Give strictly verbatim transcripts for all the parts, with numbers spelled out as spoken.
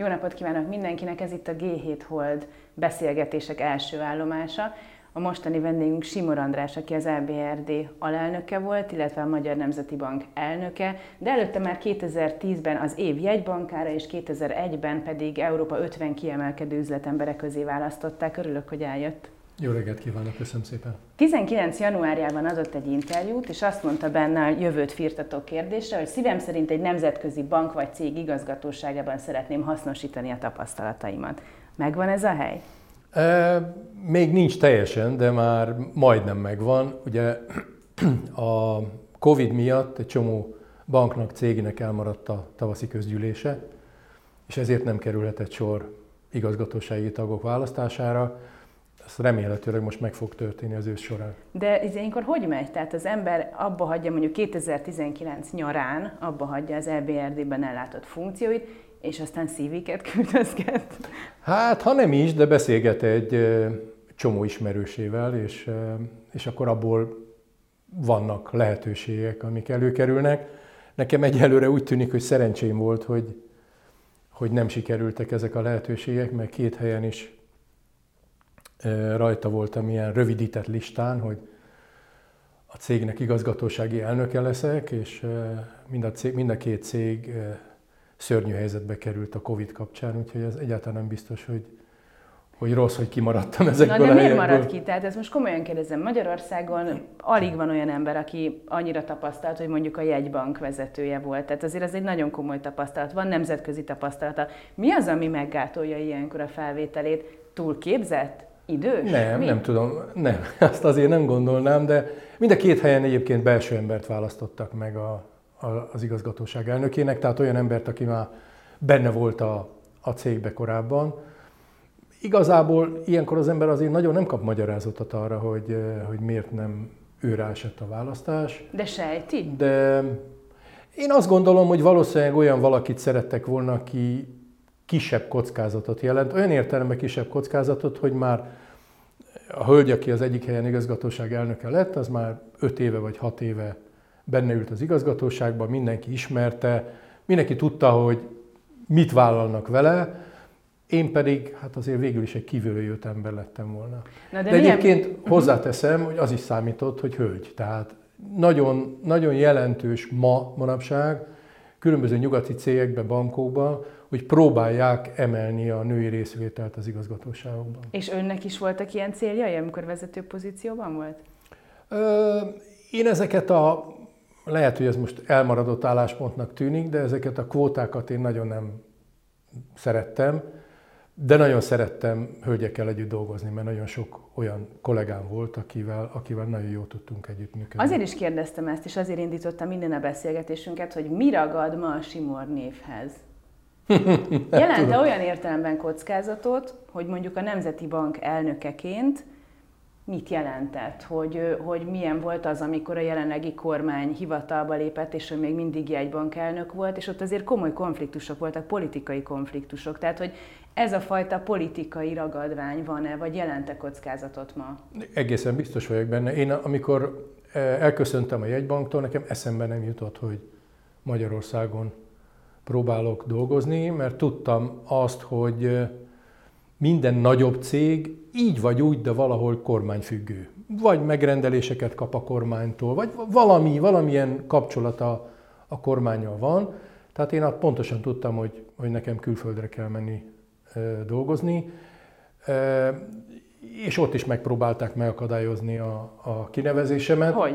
Jó napot kívánok mindenkinek, ez itt a gé hét Hold beszélgetések első állomása. A mostani vendégünk Simor András, aki az é bé er dé alelnöke volt, illetve a Magyar Nemzeti Bank elnöke, de előtte már kétezer-tízben az év jegybankára és kétezer-egyben pedig Európa ötven kiemelkedő üzletembere közé választották. Örülök, hogy eljött. Jó reggelt kívánok, köszönöm szépen. tizenkilenc januárjában adott egy interjút, és azt mondta benne a jövőt firtató kérdésre, hogy szívem szerint egy nemzetközi bank vagy cég igazgatóságában szeretném hasznosítani a tapasztalataimat. Megvan ez a hely? E, még nincs teljesen, de már majdnem megvan. Ugye a Covid miatt egy csomó banknak, cégnek elmaradt a tavaszi közgyűlése, és ezért nem kerülhetett sor igazgatósági tagok választására. Ez remélhetőleg most meg fog történni az ősz során. De ez ilyenkor hogy megy? Tehát az ember abba hagyja mondjuk kétezer-tizenkilenc nyarán, abba hagyja az é bé er dé-ben ellátott funkcióit, és aztán szíviket küldözget? Hát, ha nem is, de beszélget egy csomó ismerősével, és, és akkor abból vannak lehetőségek, amik előkerülnek. Nekem egyelőre úgy tűnik, hogy szerencsém volt, hogy, hogy nem sikerültek ezek a lehetőségek, mert két helyen is rajta voltam ilyen rövidített listán, hogy a cégnek igazgatósági elnöke leszek, és mind a, cég, mind a két cég szörnyű helyzetbe került a Covid kapcsán, úgyhogy ez egyáltalán nem biztos, hogy, hogy rossz, hogy kimaradtam ezekből Na, de a miért helyekből. maradt ki? Tehát ezt most komolyan kérdezem. Magyarországon alig van olyan ember, aki annyira tapasztalt, hogy mondjuk a jegybank vezetője volt. Tehát azért ez egy nagyon komoly tapasztalat. Van nemzetközi tapasztalata. Mi az, ami meggátolja ilyenkor a felvételét? Túl képzett? Idős? Nem, Mi? nem tudom, nem, azt azért nem gondolnám, de mind a két helyen egyébként belső embert választottak meg a, a, az igazgatóság elnökének, tehát olyan embert, aki már benne volt a, a cégbe korábban. Igazából ilyenkor az ember azért nagyon nem kap magyarázatot arra, hogy, hogy miért nem őre esett a választás. De sejti? De én azt gondolom, hogy valószínűleg olyan valakit szerettek volna, aki kisebb kockázatot jelent. Olyan értelemben kisebb kockázatot, hogy már a hölgy, aki az egyik helyen igazgatóság elnöke lett, az már öt éve vagy hat éve benne ült az igazgatóságban, mindenki ismerte, mindenki tudta, hogy mit vállalnak vele, én pedig hát azért végül is egy kívülről jött ember lettem volna. Na de de milyen... egyébként hozzáteszem, hogy az is számított, hogy hölgy. Tehát nagyon, nagyon jelentős ma manapság különböző nyugati cégekben, bankokban, hogy próbálják emelni a női részvételt az igazgatóságokban. És önnek is voltak ilyen céljai, amikor vezető pozícióban volt? Ö, én ezeket a, lehet, hogy ez most elmaradott álláspontnak tűnik, de ezeket a kvótákat én nagyon nem szerettem, de nagyon szerettem hölgyekkel együtt dolgozni, mert nagyon sok olyan kollégám volt, akivel, akivel nagyon jól tudtunk együttműködni. Azért is kérdeztem ezt, és azért indítottam minden a beszélgetésünket, hogy mi ragad ma a Simor névhez? Jelente olyan értelemben kockázatot, hogy mondjuk a Nemzeti Bank elnökeként mit jelentett? Hogy, hogy milyen volt az, amikor a jelenlegi kormány hivatalba lépett, és ő még mindig jegybank elnök volt, és ott azért komoly konfliktusok voltak, politikai konfliktusok. Tehát, hogy ez a fajta politikai ragadvány van-e, vagy jelente kockázatot ma? Egészen biztos vagyok benne. Én amikor elköszöntem a jegybanktól, nekem eszembe nem jutott, hogy Magyarországon próbálok dolgozni, mert tudtam azt, hogy minden nagyobb cég így vagy úgy, de valahol kormányfüggő. Vagy megrendeléseket kap a kormánytól, vagy valami, valamilyen kapcsolata a kormánnyal van. Tehát én pontosan tudtam, hogy, hogy nekem külföldre kell menni e, dolgozni, e, és ott is megpróbálták megakadályozni a, a kinevezésemet. Hogy?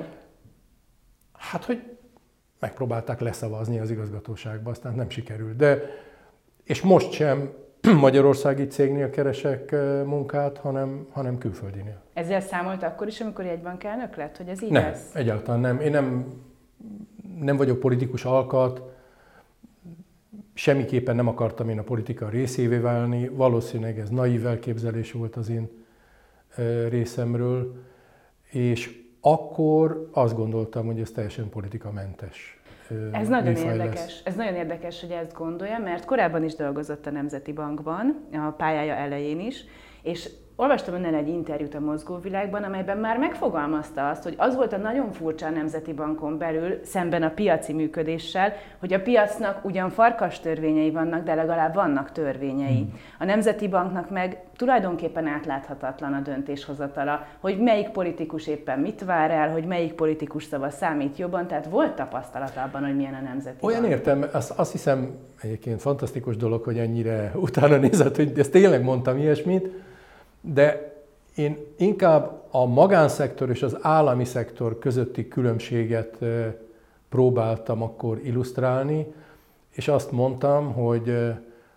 Hát, hogy megpróbálták leszavazni az igazgatóságba, aztán nem sikerült. De, és most sem magyarországi cégnél keresek munkát, hanem, hanem külföldinél. Ezzel számolt akkor is, amikor jegybank elnök lett, hogy ez így nem, lesz? Egyáltalán nem. Én nem, nem vagyok politikus alkat, semmiképpen nem akartam én a politika részévé válni, valószínűleg ez naív elképzelés volt az én részemről, és akkor azt gondoltam, hogy ez teljesen politikamentes. Ez nagyon érdekes. Lesz. Ez nagyon érdekes, hogy ezt gondolja, mert korábban is dolgozott a Nemzeti Bankban, a pályája elején is, és olvastam önnel egy interjút a Mozgóvilágban, amelyben már megfogalmazta azt, hogy az volt a nagyon furcsa a Nemzeti Bankon belül, szemben a piaci működéssel, hogy a piacnak ugyan farkas törvényei vannak, de legalább vannak törvényei. Hmm. A Nemzeti Banknak meg tulajdonképpen átláthatatlan a döntéshozatala, hogy melyik politikus éppen mit vár el, hogy melyik politikus szava számít jobban, tehát volt tapasztalat abban, hogy milyen a Nemzeti Olyan Bank. értem, azt, azt hiszem egyébként fantasztikus dolog, hogy ennyire utána nézett, hogy ezt tényleg mondtam ilyesmit, de én inkább a magánszektor és az állami szektor közötti különbséget próbáltam akkor illusztrálni, és azt mondtam, hogy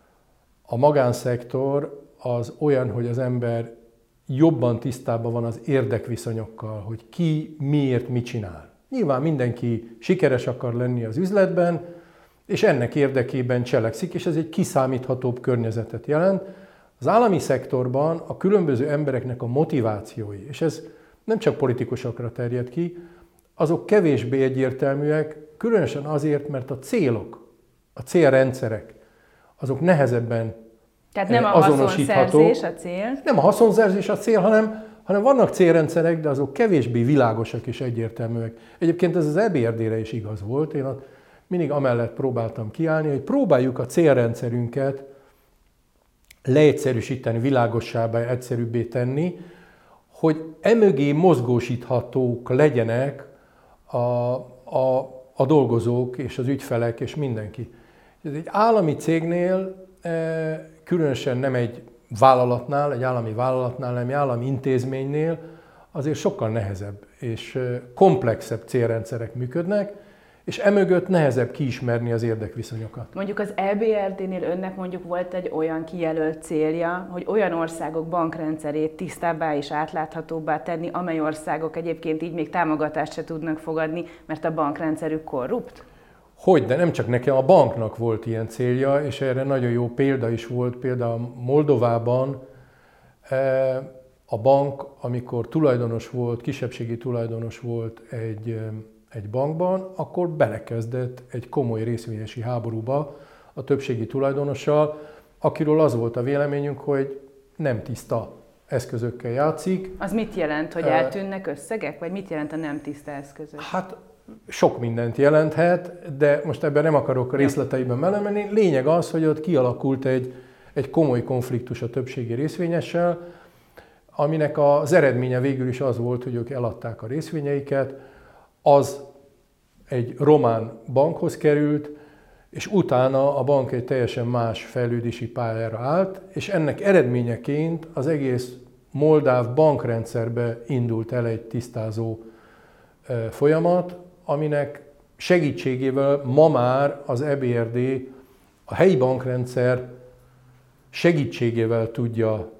a magánszektor az olyan, hogy az ember jobban tisztában van az érdekviszonyokkal, hogy ki miért mit csinál. Nyilván mindenki sikeres akar lenni az üzletben, és ennek érdekében cselekszik, és ez egy kiszámíthatóbb környezetet jelent. Az állami szektorban a különböző embereknek a motivációi, és ez nem csak politikusokra terjed ki, azok kevésbé egyértelműek, különösen azért, mert a célok, a célrendszerek, azok nehezebben Tehát nem a azonosíthatók. haszonszerzés a cél? Nem a haszonszerzés a cél, hanem, hanem vannak célrendszerek, de azok kevésbé világosak és egyértelműek. Egyébként ez az é bé er dé-re is igaz volt. Én mindig amellett próbáltam kiállni, hogy próbáljuk a célrendszerünket leegyszerűsíteni, világossábbá, egyszerűbbé tenni, hogy emögé mozgósíthatók legyenek a, a, a dolgozók és az ügyfelek és mindenki. Ez egy állami cégnél, különösen nem egy vállalatnál, egy állami vállalatnál, nem egy állami intézménynél azért sokkal nehezebb és komplexebb célrendszerek működnek, és emögött nehezebb kiismerni az érdekviszonyokat. Mondjuk az é bé er dé-nél önnek mondjuk volt egy olyan kijelölt célja, hogy olyan országok bankrendszerét tisztábbá és átláthatóbbá tenni, amely országok egyébként így még támogatást se tudnak fogadni, mert a bankrendszerük korrupt? Hogy, de nem csak nekem, a banknak volt ilyen célja, és erre nagyon jó példa is volt. Például Moldovában a bank, amikor tulajdonos volt, kisebbségi tulajdonos volt egy egy bankban, akkor belekezdett egy komoly részvényesi háborúba a többségi tulajdonossal, akiről az volt a véleményünk, hogy nem tiszta eszközökkel játszik. Az mit jelent, hogy eltűnnek összegek, vagy mit jelent a nem tiszta eszközök? Hát sok mindent jelenthet, de most ebben nem akarok részleteiben belemenni. Lényeg az, hogy ott kialakult egy, egy komoly konfliktus a többségi részvényessel, aminek az eredménye végül is az volt, hogy ők eladták a részvényeiket, az egy román bankhoz került, és utána a bank egy teljesen más fejlődési pályára állt, és ennek eredményeként az egész moldáv bankrendszerbe indult el egy tisztázó folyamat, aminek segítségével ma már az é bé er dé a helyi bankrendszer segítségével tudja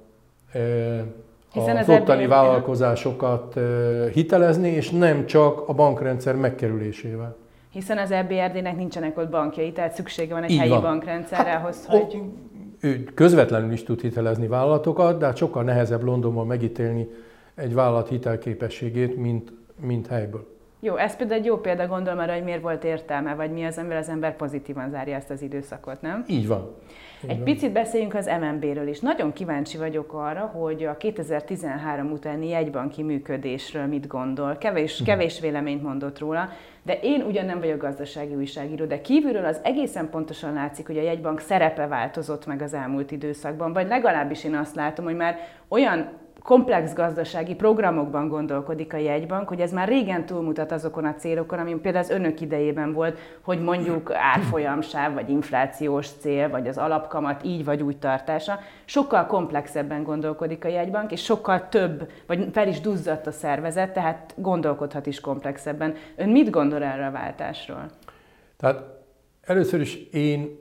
Hiszen az, az ottani vállalkozásokat hitelezni, és nem csak a bankrendszer megkerülésével. Hiszen az é bé er dé-nek nincsenek ott bankjai, tehát szüksége van egy Így helyi van. bankrendszerre hát, ahhoz, hogy... Ő közvetlenül is tud hitelezni vállalatokat, de hát sokkal nehezebb Londonban megítélni egy vállalat hitelképességét, mint, mint helyből. Jó, ez például egy jó példa, gondolom arra, hogy miért volt értelme, vagy mi az, amivel az ember pozitívan zárja ezt az időszakot, nem? Így van. Egy Igen. picit beszéljünk az em en bé-ről is. Nagyon kíváncsi vagyok arra, hogy a kétezer-tizenhárom utáni jegybanki működésről mit gondol. Kevés, kevés véleményt mondott róla, de én ugyan nem vagyok gazdasági újságíró, de kívülről az egészen pontosan látszik, hogy a jegybank szerepe változott meg az elmúlt időszakban, vagy legalábbis én azt látom, hogy már olyan komplex gazdasági programokban gondolkodik a jegybank, hogy ez már régen túlmutat azokon a célokon, ami például az önök idejében volt, hogy mondjuk árfolyamsáv, vagy inflációs cél, vagy az alapkamat így vagy úgy tartása. Sokkal komplexebben gondolkodik a jegybank, és sokkal több, vagy fel is duzzadt a szervezet, tehát gondolkodhat is komplexebben. Ön mit gondol erre a váltásról? Tehát először is én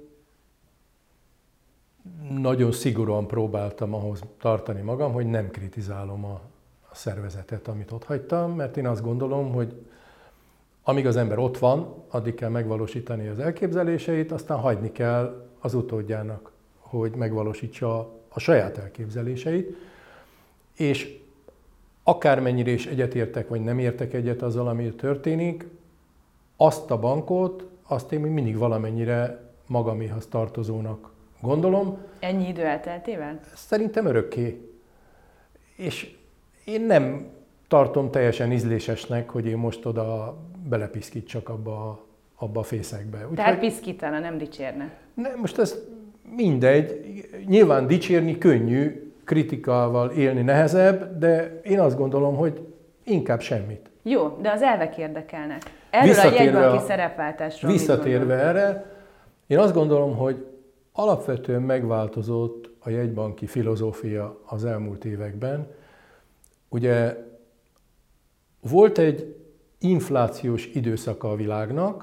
nagyon szigorúan próbáltam ahhoz tartani magam, hogy nem kritizálom a, a szervezetet, amit ott hagytam, mert én azt gondolom, hogy amíg az ember ott van, addig kell megvalósítani az elképzeléseit, aztán hagyni kell az utódjának, hogy megvalósítsa a saját elképzeléseit, és akármennyire is egyetértek, vagy nem értek egyet azzal, ami történik, azt a bankot, azt én még mindig valamennyire magaméhoz tartozónak gondolom. Ennyi idő elteltével? Szerintem örökké. és én nem tartom teljesen ízlésesnek, hogy én most oda belepiszkítsak abba, abba a fészekbe. Úgy, Tehát piszkítana, nem dicsérne. Nem, most ez mindegy. Nyilván dicsérni könnyű, kritikával élni nehezebb, de én azt gondolom, hogy inkább semmit. Jó, de az elvek érdekelnek. Erről a jegybanki szerepváltásról Visszatérve erre, én azt gondolom, hogy alapvetően megváltozott a jegybanki filozófia az elmúlt években. Ugye volt egy inflációs időszaka a világnak,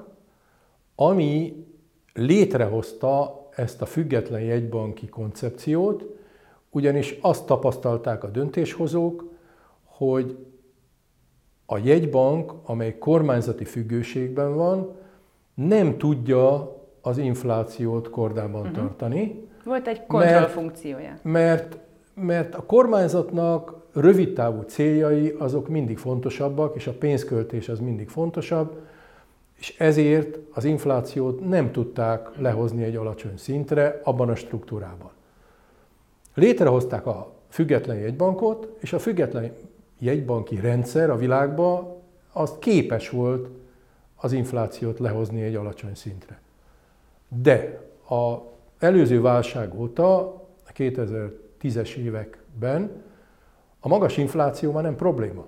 ami létrehozta ezt a független jegybanki koncepciót, ugyanis azt tapasztalták a döntéshozók, hogy a jegybank, amely kormányzati függőségben van, nem tudja az inflációt kordában uh-huh. tartani. Volt egy kontrollfunkciója. Mert, mert, mert a kormányzatnak rövidtávú céljai azok mindig fontosabbak, és a pénzköltés az mindig fontosabb, és ezért az inflációt nem tudták lehozni egy alacsony szintre abban a struktúrában. Létrehozták a független jegybankot, és a független jegybanki rendszer a világban az képes volt az inflációt lehozni egy alacsony szintre. De az előző válság óta, a kétezer-tízes években a magas infláció már nem probléma.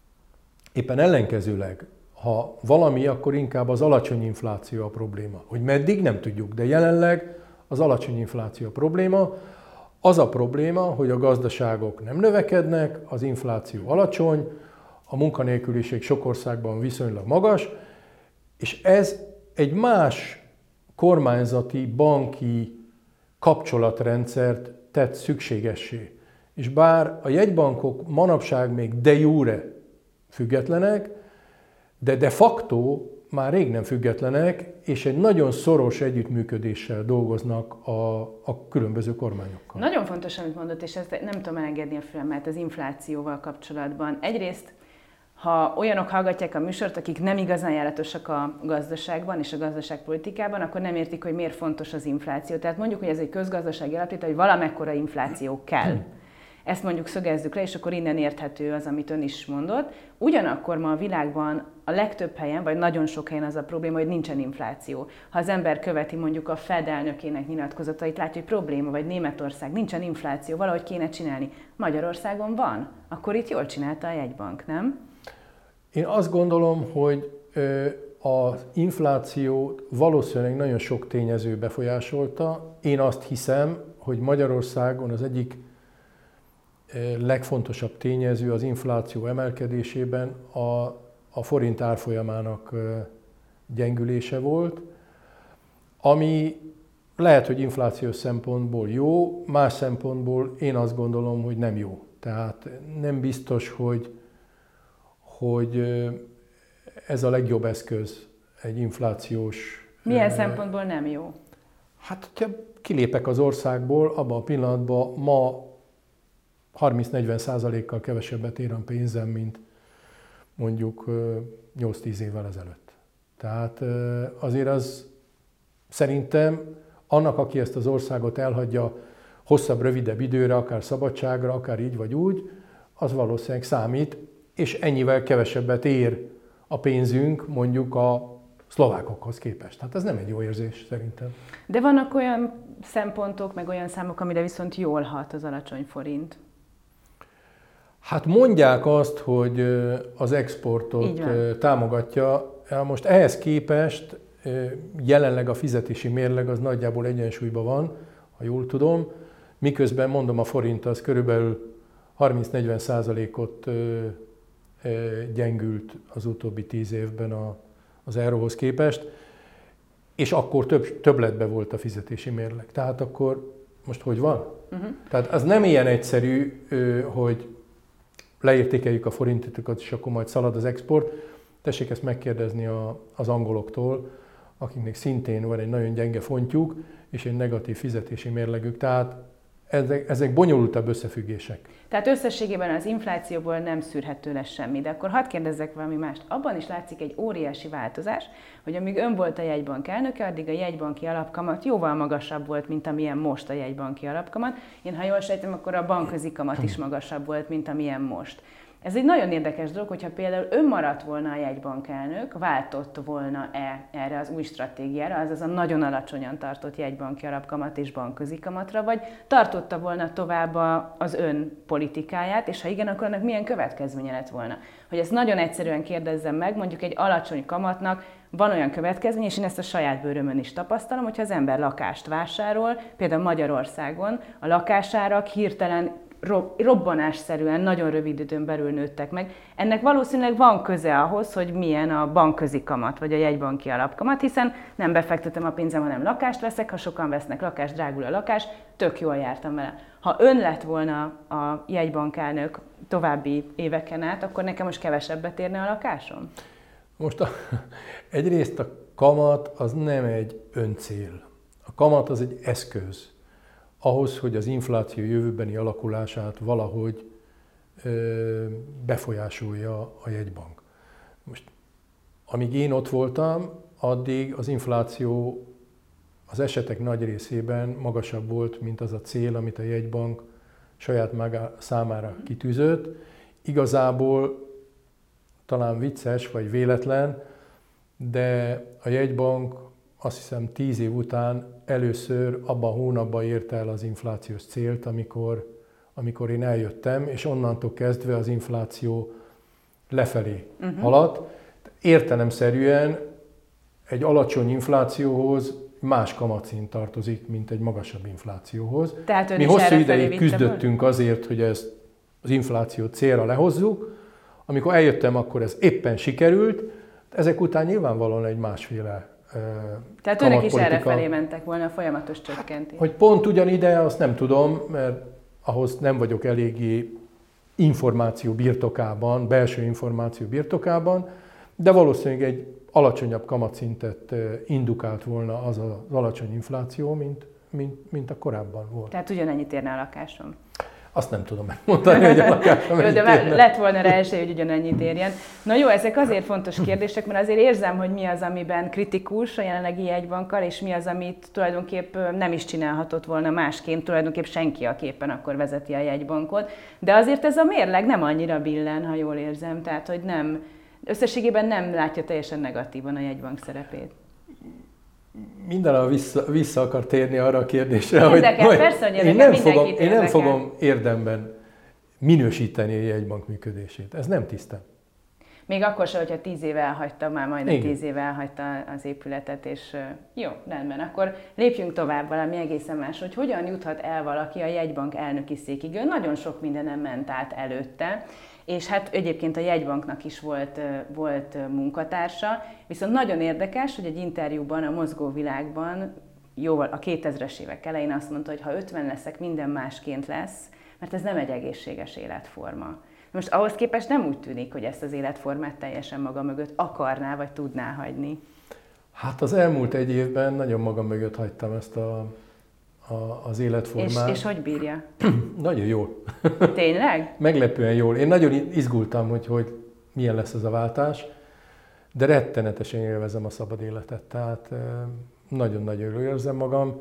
Éppen ellenkezőleg, ha valami, akkor inkább az alacsony infláció a probléma. Hogy meddig, nem tudjuk, de jelenleg az alacsony infláció a probléma. Az a probléma, hogy a gazdaságok nem növekednek, az infláció alacsony, a munkanélküliség sok országban viszonylag magas, és ez egy más kormányzati, banki kapcsolatrendszert tett szükségessé. És bár a jegybankok manapság még de jure függetlenek, de de facto már rég nem függetlenek, és egy nagyon szoros együttműködéssel dolgoznak a, a különböző kormányokkal. Nagyon fontos, amit mondott, és ezt nem tudom elengedni a fülemet az inflációval kapcsolatban. Egyrészt, ha olyanok hallgatják a műsort, akik nem igazán járatosak a gazdaságban és a gazdaságpolitikában, akkor nem értik, hogy miért fontos az infláció. Tehát mondjuk, hogy ez egy közgazdasági alaptétel, hogy valamekkora infláció kell. Hmm. Ezt mondjuk szögezzük le, és akkor innen érthető az, amit ön is mondott. Ugyanakkor ma a világban a legtöbb helyen, vagy nagyon sok helyen az a probléma, hogy nincsen infláció. Ha az ember követi mondjuk a Fed elnökének nyilatkozatait, látja, hogy probléma, vagy Németország, nincsen infláció, valahogy kéne csinálni. Magyarországon van, akkor itt jól csinálta a jegybank, nem? Én azt gondolom, hogy az infláció valószínűleg nagyon sok tényező befolyásolta. Én azt hiszem, hogy Magyarországon az egyik legfontosabb tényező az infláció emelkedésében a, a forint árfolyamának gyengülése volt, ami lehet, hogy inflációs szempontból jó, más szempontból én azt gondolom, hogy nem jó. Tehát nem biztos, hogy, hogy ez a legjobb eszköz egy inflációs... Milyen szempontból nem jó? Hát, ha kilépek az országból, abban a pillanatban ma harminc-negyven százalékkal kevesebbet ér a pénzem, mint mondjuk nyolc-tíz évvel ezelőtt. Tehát azért az szerintem annak, aki ezt az országot elhagyja hosszabb, rövidebb időre, akár szabadságra, akár így vagy úgy, az valószínűleg számít, és ennyivel kevesebbet ér a pénzünk mondjuk a szlovákokhoz képest. Tehát ez nem egy jó érzés szerintem. De vannak olyan szempontok, meg olyan számok, amire viszont jól hat az alacsony forint. Hát mondják azt, hogy az exportot támogatja. Most ehhez képest jelenleg a fizetési mérleg az nagyjából egyensúlyban van, ha jól tudom, miközben mondom a forint az körülbelül harminc-negyven százalékot gyengült az utóbbi tíz évben az euróhoz képest, és akkor több, többletben volt a fizetési mérleg. Tehát akkor most hogy van? Uh-huh. Tehát az nem ilyen egyszerű, hogy leértékeljük a forintokat, és akkor majd szalad az export. Tessék ezt megkérdezni a, az angoloktól, akiknek szintén van egy nagyon gyenge fontjuk, és egy negatív fizetési mérlegük. Tehát ezek, ezek bonyolultabb összefüggések. Tehát összességében az inflációból nem szűrhető lesz semmi, de akkor hadd kérdezzek valami mást. Abban is látszik egy óriási változás, hogy amíg ön volt a jegybank elnöke, addig a jegybanki alapkamat jóval magasabb volt, mint amilyen most a jegybanki alapkamat. Én ha jól sejtem, akkor a bankközi kamat is magasabb volt, mint amilyen most. Ez egy nagyon érdekes dolog, hogyha például ön maradt volna a jegybank elnök, váltott volna-e erre az új stratégiára, azaz a nagyon alacsonyan tartott jegybanki alapkamat és bankközi kamatra, vagy tartotta volna tovább a, az ön politikáját, és ha igen, akkor annak milyen következménye lett volna? Hogy ezt nagyon egyszerűen kérdezzem meg, mondjuk egy alacsony kamatnak van olyan következmény, és én ezt a saját bőrömön is tapasztalom, hogyha az ember lakást vásárol, például Magyarországon a lakásárak hirtelen robbanásszerűen, nagyon rövid időn belül nőttek meg. Ennek valószínűleg van köze ahhoz, hogy milyen a bankközi kamat, vagy a jegybanki alapkamat, hiszen nem befektetem a pénzem, hanem lakást veszek, ha sokan vesznek lakást, drágul a lakás, tök jól jártam vele. Ha ön lett volna a jegybankelnök további éveken át, akkor nekem most kevesebbet érne a lakásom? Most a, egyrészt a kamat az nem egy öncél. A kamat az egy eszköz ahhoz, hogy az infláció jövőbeni alakulását valahogy ö, befolyásolja a jegybank. Most, amíg én ott voltam, addig az infláció az esetek nagy részében magasabb volt, mint az a cél, amit a jegybank saját maga számára kitűzött. Igazából talán vicces vagy véletlen, de a jegybank azt hiszem tíz év után először abban a hónapban érte el az inflációs célt, amikor, amikor én eljöttem, és onnantól kezdve az infláció lefelé uh-huh. haladt. Értelemszerűen egy alacsony inflációhoz más kamatszint tartozik, mint egy magasabb inflációhoz. Tehát Mi hosszú ideig küzdöttünk azért, hogy ezt az infláció célra lehozzuk. Amikor eljöttem, akkor ez éppen sikerült. Ezek után nyilvánvalóan egy másféle Tehát önök is erre felé mentek volna a folyamatos csökkentés. Hogy pont ugyanide, azt nem tudom, mert ahhoz nem vagyok eléggé információ birtokában, belső információ birtokában, de valószínűleg egy alacsonyabb kamatszintet indukált volna az az alacsony infláció, mint, mint, mint a korábban volt. Tehát ugyanennyit érne a lakásom? Azt nem tudom megmondani, hogy a lakásom jó, de már lett volna rá esély, hogy ugyanennyit érjen. Na jó, ezek azért fontos kérdések, mert azért érzem, hogy mi az, amiben kritikus a jelenlegi jegybankkal, és mi az, amit tulajdonképp nem is csinálhatott volna másként, tulajdonképp senki, aki éppen akkor vezeti a jegybankot. De azért ez a mérleg nem annyira billen, ha jól érzem, tehát hogy nem, összességében nem látja teljesen negatívan a jegybank szerepét. Mindenhol vissza, vissza akar térni arra a kérdésre, érdekel, hogy persze, hogy én nem, fogom, én nem fogom érdemben minősíteni a jegybank működését. Ez nem tisztem. Még akkor sem, hogyha tíz éve elhagyta, már majdnem Igen. tíz éve elhagyta az épületet, és jó, rendben, akkor lépjünk tovább valami egészen más, hogy hogyan juthat el valaki a jegybank elnöki székig. Ő nagyon sok mindenem ment át előtte, és hát egyébként a jegybanknak is volt, volt munkatársa, viszont nagyon érdekes, hogy egy interjúban a Mozgóvilágban jóval a kétezres évek elején azt mondta, hogy ha ötven leszek, minden másként lesz, mert ez nem egy egészséges életforma. Most ahhoz képest nem úgy tűnik, hogy ezt az életformát teljesen maga mögött akarná, vagy tudná hagyni. Hát az elmúlt egy évben nagyon magam mögött hagytam ezt a, a, az életformát. És, és hogy bírja? Nagyon jól. Tényleg? Meglepően jól. Én nagyon izgultam, hogy, hogy milyen lesz ez a váltás, de rettenetesen élvezem a szabad életet, tehát nagyon-nagyon jól érzem magam.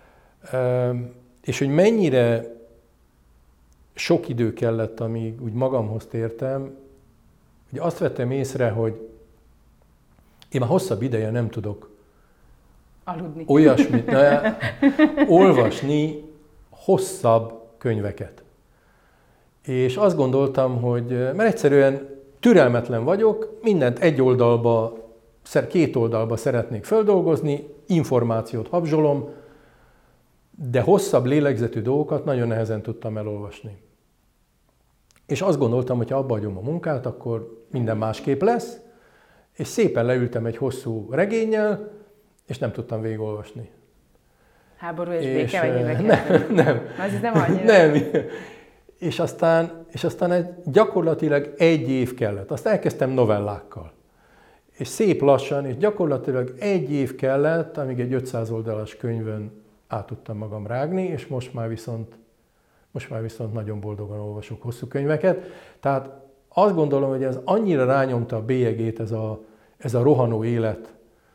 És hogy mennyire sok idő kellett, amíg úgy magamhoz tértem, ugye azt vettem észre, hogy én már hosszabb ideje nem tudok aludni. Olyasmit, ne, olvasni hosszabb könyveket. És azt gondoltam, hogy, mert egyszerűen türelmetlen vagyok, mindent egy oldalba, két oldalba szeretnék földolgozni, információt habzsolom, de hosszabb lélegzetű dolgokat nagyon nehezen tudtam elolvasni. És azt gondoltam, hogy ha abba hagyom a munkát, akkor minden másképp lesz, és szépen leültem egy hosszú regénnyel, és nem tudtam végigolvasni. Háború és, és béke, vagy mibe Nem, nem. Az nem annyira. Nem. És aztán, és aztán egy, gyakorlatilag egy év kellett. Azt elkezdtem novellákkal. És szép lassan, és gyakorlatilag egy év kellett, amíg egy ötszáz oldalas könyvön át tudtam magam rágni, és most már viszont most már viszont nagyon boldogan olvasok hosszú könyveket. Tehát azt gondolom, hogy ez annyira rányomta a bélyegét ez a, ez a rohanó élet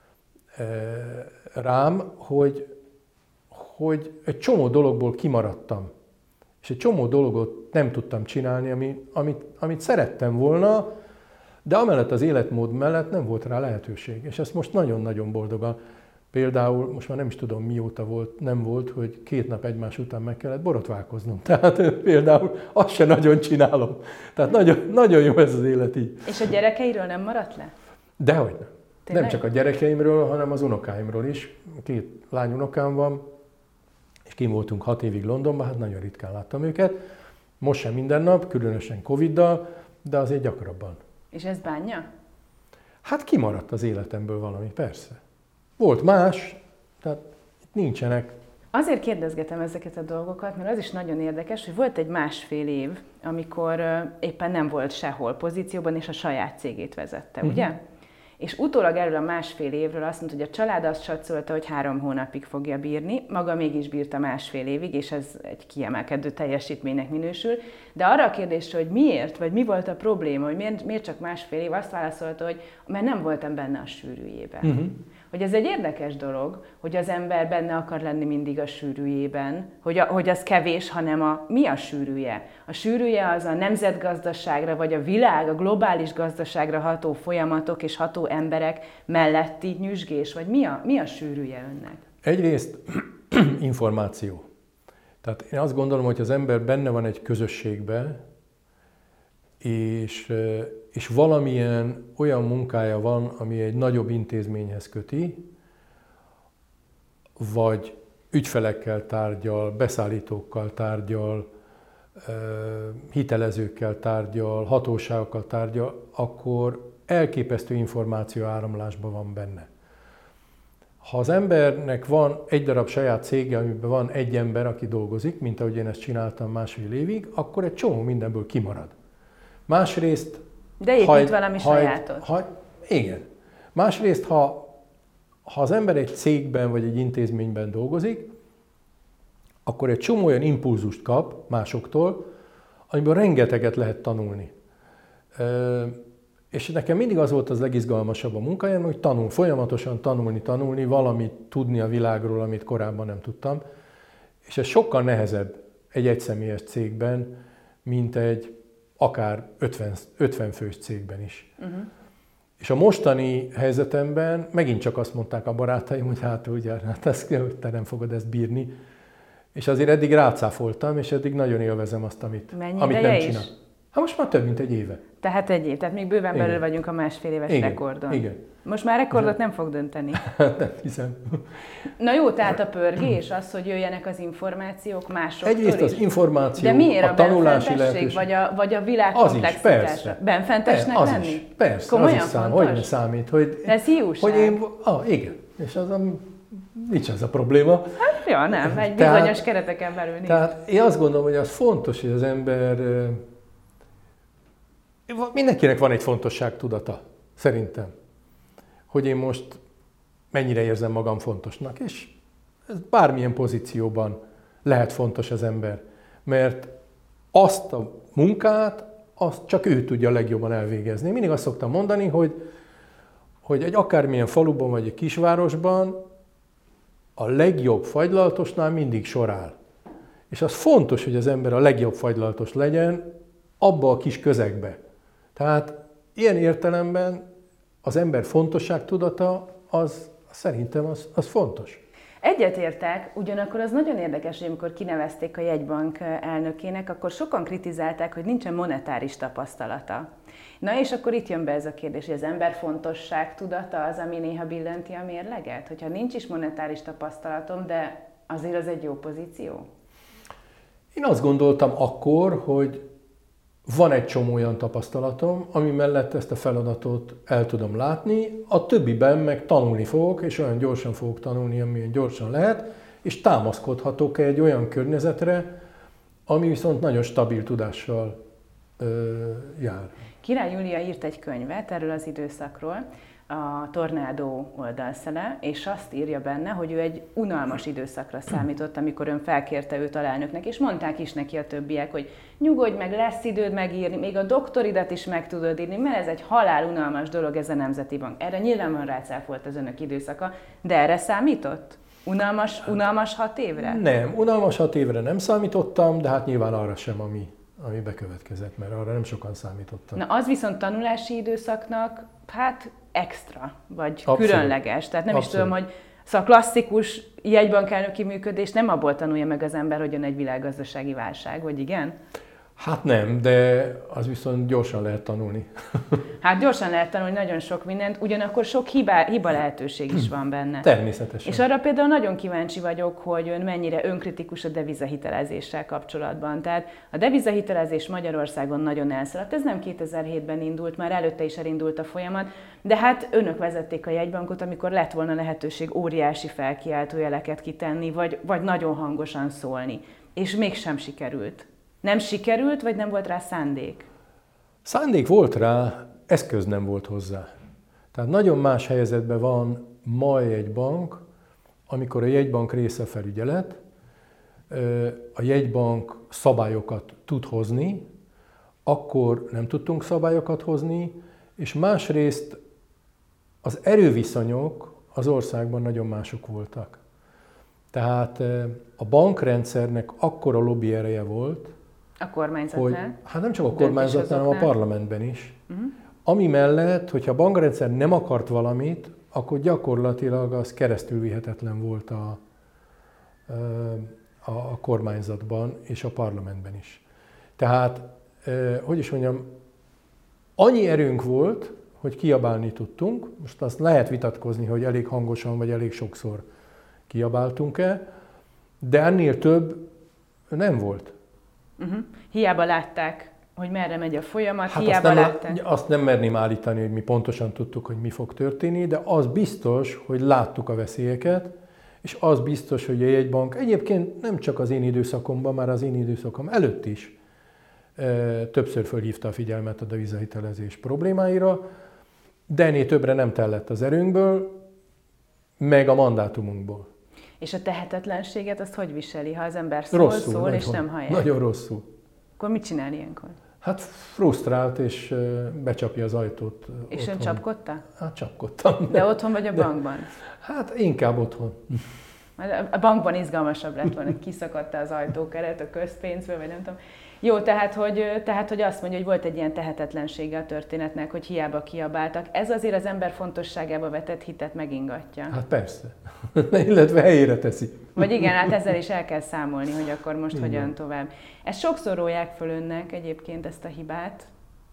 rám, hogy, hogy egy csomó dologból kimaradtam. És egy csomó dolgot nem tudtam csinálni, ami, amit, amit szerettem volna, de amellett az életmód mellett nem volt rá lehetőség. És ezt most nagyon-nagyon boldogan. Például, most már nem is tudom mióta volt, nem volt, hogy két nap egymás után meg kellett borotválkoznom. Tehát például azt se nagyon csinálom. Tehát nagyon, nagyon jó ez az élet így. És a gyerekeiről nem maradt le? Dehogy nem. Tényleg? Nem csak a gyerekeimről, hanem az unokáimról is. Két lány unokám van, és kim voltunk hat évig Londonban, hát nagyon ritkán láttam őket. Most sem minden nap, különösen Coviddal, de azért gyakrabban. És ez bánja? Hát kimaradt az életemből valami, persze. Volt más, tehát itt nincsenek. Azért kérdezgetem ezeket a dolgokat, mert az is nagyon érdekes, hogy volt egy másfél év, amikor éppen nem volt sehol pozícióban, és a saját cégét vezette, uh-huh. ugye? És utólag erről a másfél évről azt mondta, hogy a család azt satszolta, hogy három hónapig fogja bírni, maga mégis bírta másfél évig, és ez egy kiemelkedő teljesítménynek minősül. De arra a kérdésre, hogy miért, vagy mi volt a probléma, hogy miért, miért csak másfél év, azt válaszolta, hogy mert nem voltam benne a sűrűjében. Uh-huh. Hogy ez egy érdekes dolog, hogy az ember benne akar lenni mindig a sűrűjében, hogy, a, hogy az kevés, hanem a, mi a sűrűje? A sűrűje az a nemzetgazdaságra, vagy a világ, a globális gazdaságra ható folyamatok és ható emberek melletti nyüzsgés, vagy mi a, mi a sűrűje önnek? Egyrészt információ. Tehát én azt gondolom, hogy az ember benne van egy közösségben, és, és valamilyen olyan munkája van, ami egy nagyobb intézményhez köti, vagy ügyfelekkel tárgyal, beszállítókkal tárgyal, hitelezőkkel tárgyal, hatóságokkal tárgyal, akkor elképesztő információ áramlásban van benne. Ha az embernek van egy darab saját cége, amiben van egy ember, aki dolgozik, mint ahogy én ezt csináltam másfél évig, akkor egy csomó mindenből kimarad. Másrészt... De épít ha, valami ha, sajátot. Ha, igen. Másrészt, ha, ha az ember egy cégben vagy egy intézményben dolgozik, akkor egy csomó olyan impulzust kap másoktól, amiből rengeteget lehet tanulni. Ö, és nekem mindig az volt az legizgalmasabb a munkáján, hogy tanul, folyamatosan tanulni, tanulni, valamit tudni a világról, amit korábban nem tudtam. És ez sokkal nehezebb egy egyszemélyes cégben, mint egy akár ötven, ötven fős cégben is. Uh-huh. És a mostani helyzetemben megint csak azt mondták a barátaim, hogy hát ugye, hát ezt, hogy te nem fogod ezt bírni. És azért eddig rácáfoltam, és eddig nagyon élvezem azt, amit, amit nem csinál. Hát most már több, mint egy éve. Tehát egy év, tehát még bőven belül igen. vagyunk a másfél éves igen. rekordon. Igen. Most már rekordot nem fog dönteni. Nem hiszem. Na jó, tehát a pörgés, az, hogy jöjjenek az információk másoktól Egyrészt az információ, de miért a, a tanulási lehetőség? Vagy a, vagy a világ az komplexitása? Benfentesnek az lenni? Is, persze, komolyan az is szám, fontos? hogy ne számít. Hogy, de ez hiúság. Hogy én, ah, igen, és az a, nincs az a probléma. Hát ja, nem, egy bizonyos tehát, kereteken belül nincs. Tehát én azt gondolom, hogy az fontos, hogy az ember... Mindenkinek van egy fontosságtudata, szerintem. Hogy én most mennyire érzem magam fontosnak, és ez bármilyen pozícióban lehet fontos az ember. Mert azt a munkát, azt csak ő tudja legjobban elvégezni. Mindig azt szoktam mondani, hogy, hogy egy akármilyen faluban vagy egy kisvárosban a legjobb fagylaltosnál mindig sor áll. És az fontos, hogy az ember a legjobb fagylaltos legyen abba a kis közegbe. Tehát ilyen értelemben az ember fontosságtudata, az szerintem az, az fontos. Egyetértek, ugyanakkor az nagyon érdekes, hogy amikor kinevezték a jegybank elnökének, akkor sokan kritizálták, hogy nincsen monetáris tapasztalata. Na és akkor itt jön be ez a kérdés, hogy az ember fontosságtudata az, ami néha billenti a mérleget? Hogyha nincs is monetáris tapasztalatom, de azért az egy jó pozíció? Én azt gondoltam akkor, hogy van egy csomó olyan tapasztalatom, ami mellett ezt a feladatot el tudom látni, a többiben meg tanulni fogok, és olyan gyorsan fogok tanulni, amilyen gyorsan lehet, és támaszkodhatok egy olyan környezetre, ami viszont nagyon stabil tudással ö, jár. Király Júlia írt egy könyvet erről az időszakról, a Tornádó oldalszele, és azt írja benne, hogy ő egy unalmas időszakra számított, amikor ön felkérte őt alelnöknek, és mondták is neki a többiek, hogy nyugodj meg, lesz időd megírni, még a doktoridat is meg tudod írni, mert ez egy halál unalmas dolog, ez a Nemzeti Bank. Erre nyilván van rácáfolt az önök időszaka, de erre számított? Unalmas, unalmas hat évre? Nem, unalmas hat évre nem számítottam, de hát nyilván arra sem, ami, ami bekövetkezett, mert arra nem sokan számítottak. Na az viszont tanulási időszaknak, hát extra, vagy Abszolút. Különleges. Tehát nem Abszolút. is tudom, hogy szóval klasszikus jegybankelnöki működés nem abból tanulja meg az ember, hogy jön egy világgazdasági válság, vagy igen? Hát nem, de az viszont gyorsan lehet tanulni. Hát gyorsan lehet tanulni nagyon sok mindent, ugyanakkor sok hiba, hiba lehetőség is van benne. Természetesen. És arra például nagyon kíváncsi vagyok, hogy ön mennyire önkritikus a devizahitelezéssel kapcsolatban. Tehát a devizahitelezés Magyarországon nagyon elszaladt. Ez nem kétezer-hétben indult, már előtte is elindult a folyamat, de hát önök vezették a jegybankot, amikor lett volna lehetőség óriási felkiáltójeleket kitenni, vagy, vagy nagyon hangosan szólni. És mégsem sikerült. Nem sikerült, vagy nem volt rá szándék? Szándék volt rá, eszköz nem volt hozzá. Tehát nagyon más helyzetben van ma egy bank, amikor a jegybank része felügyelet, a jegybank szabályokat tud hozni, akkor nem tudtunk szabályokat hozni, és másrészt az erőviszonyok az országban nagyon mások voltak. Tehát a bankrendszernek akkora lobby ereje volt, a kormányzatnál? Hogy, hát nem csak a kormányzatnál, hanem a parlamentben is. Uh-huh. Ami mellett, hogyha a bankrendszer nem akart valamit, akkor gyakorlatilag az keresztülvihetetlen volt a, a, a kormányzatban és a parlamentben is. Tehát, hogy is mondjam, annyi erőnk volt, hogy kiabálni tudtunk. Most azt lehet vitatkozni, hogy elég hangosan vagy elég sokszor kiabáltunk-e, de ennél több nem volt. Uh-huh. Hiába látták, hogy merre megy a folyamat, hát hiába azt nem, látták. Azt nem merném állítani, hogy mi pontosan tudtuk, hogy mi fog történni, de az biztos, hogy láttuk a veszélyeket, és az biztos, hogy a jegybank egyébként nem csak az én időszakomban, már az én időszakom előtt is e, többször fölhívta a figyelmet a devizahitelezés problémáira, de ennél többre nem tellett az erőnkből, meg a mandátumunkból. És a tehetetlenséget azt hogy viseli, ha az ember szól, rosszul, szól nagyon, és nem hallják? Nagyon rosszul. Akkor mit csinál ilyenkor? Hát frusztrált, és becsapja az ajtót. És otthon. ön csapkodta? Hát csapkodtam. De otthon vagy a de, bankban? Hát inkább otthon. A bankban izgalmasabb lett volna, hogy kiszakadta az ajtókeret a közpénzből, vagy nem tudom. Jó, tehát hogy, tehát, hogy azt mondja, hogy volt egy ilyen tehetetlensége a történetnek, hogy hiába kiabáltak. Ez azért az ember fontosságába vetett hitet megingatja. Hát persze. Illetve helyére teszi. Vagy igen, hát ezzel is el kell számolni, hogy akkor most igen. hogyan tovább. Ezt sokszor rólják föl önnek egyébként, ezt a hibát.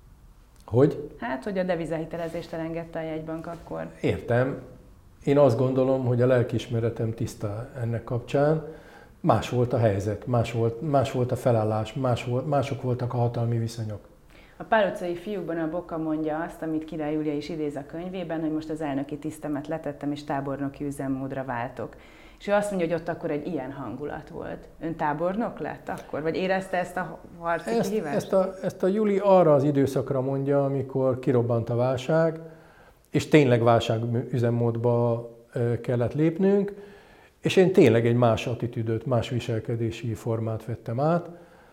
Hogy? Hát, hogy a devizahitelezést elengedte a jegybank akkor. Értem. Én azt gondolom, hogy a lelkiismeretem tiszta ennek kapcsán. Más volt a helyzet, más volt, más volt a felállás, más volt, mások voltak a hatalmi viszonyok. A Pál utcai fiúkban a Boka mondja azt, amit Király Júlia is idéz a könyvében, hogy most az elnöki tisztemet letettem, és tábornoki üzemmódra váltok. És ő azt mondja, hogy ott akkor egy ilyen hangulat volt. Ön tábornok lett akkor? Vagy érezte ezt a harci ezt, kihívást? Ezt a, ezt a Júli arra az időszakra mondja, amikor kirobbant a válság, és tényleg válságüzemmódba kellett lépnünk, és én tényleg egy más attitűdöt, más viselkedési formát vettem át.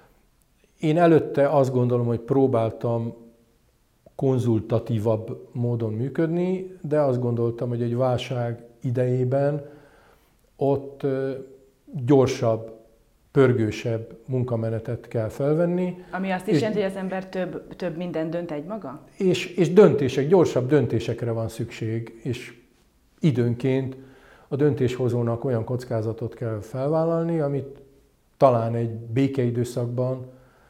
Én előtte azt gondolom, hogy próbáltam konzultatívabb módon működni, de azt gondoltam, hogy egy válság idejében ott gyorsabb, pörgősebb munkamenetet kell felvenni. Ami azt is jelenti, hogy az ember több, több minden dönt egymaga? És, és döntések, gyorsabb döntésekre van szükség, és időnként a döntéshozónak olyan kockázatot kell felvállalni, amit talán egy békeidőszakban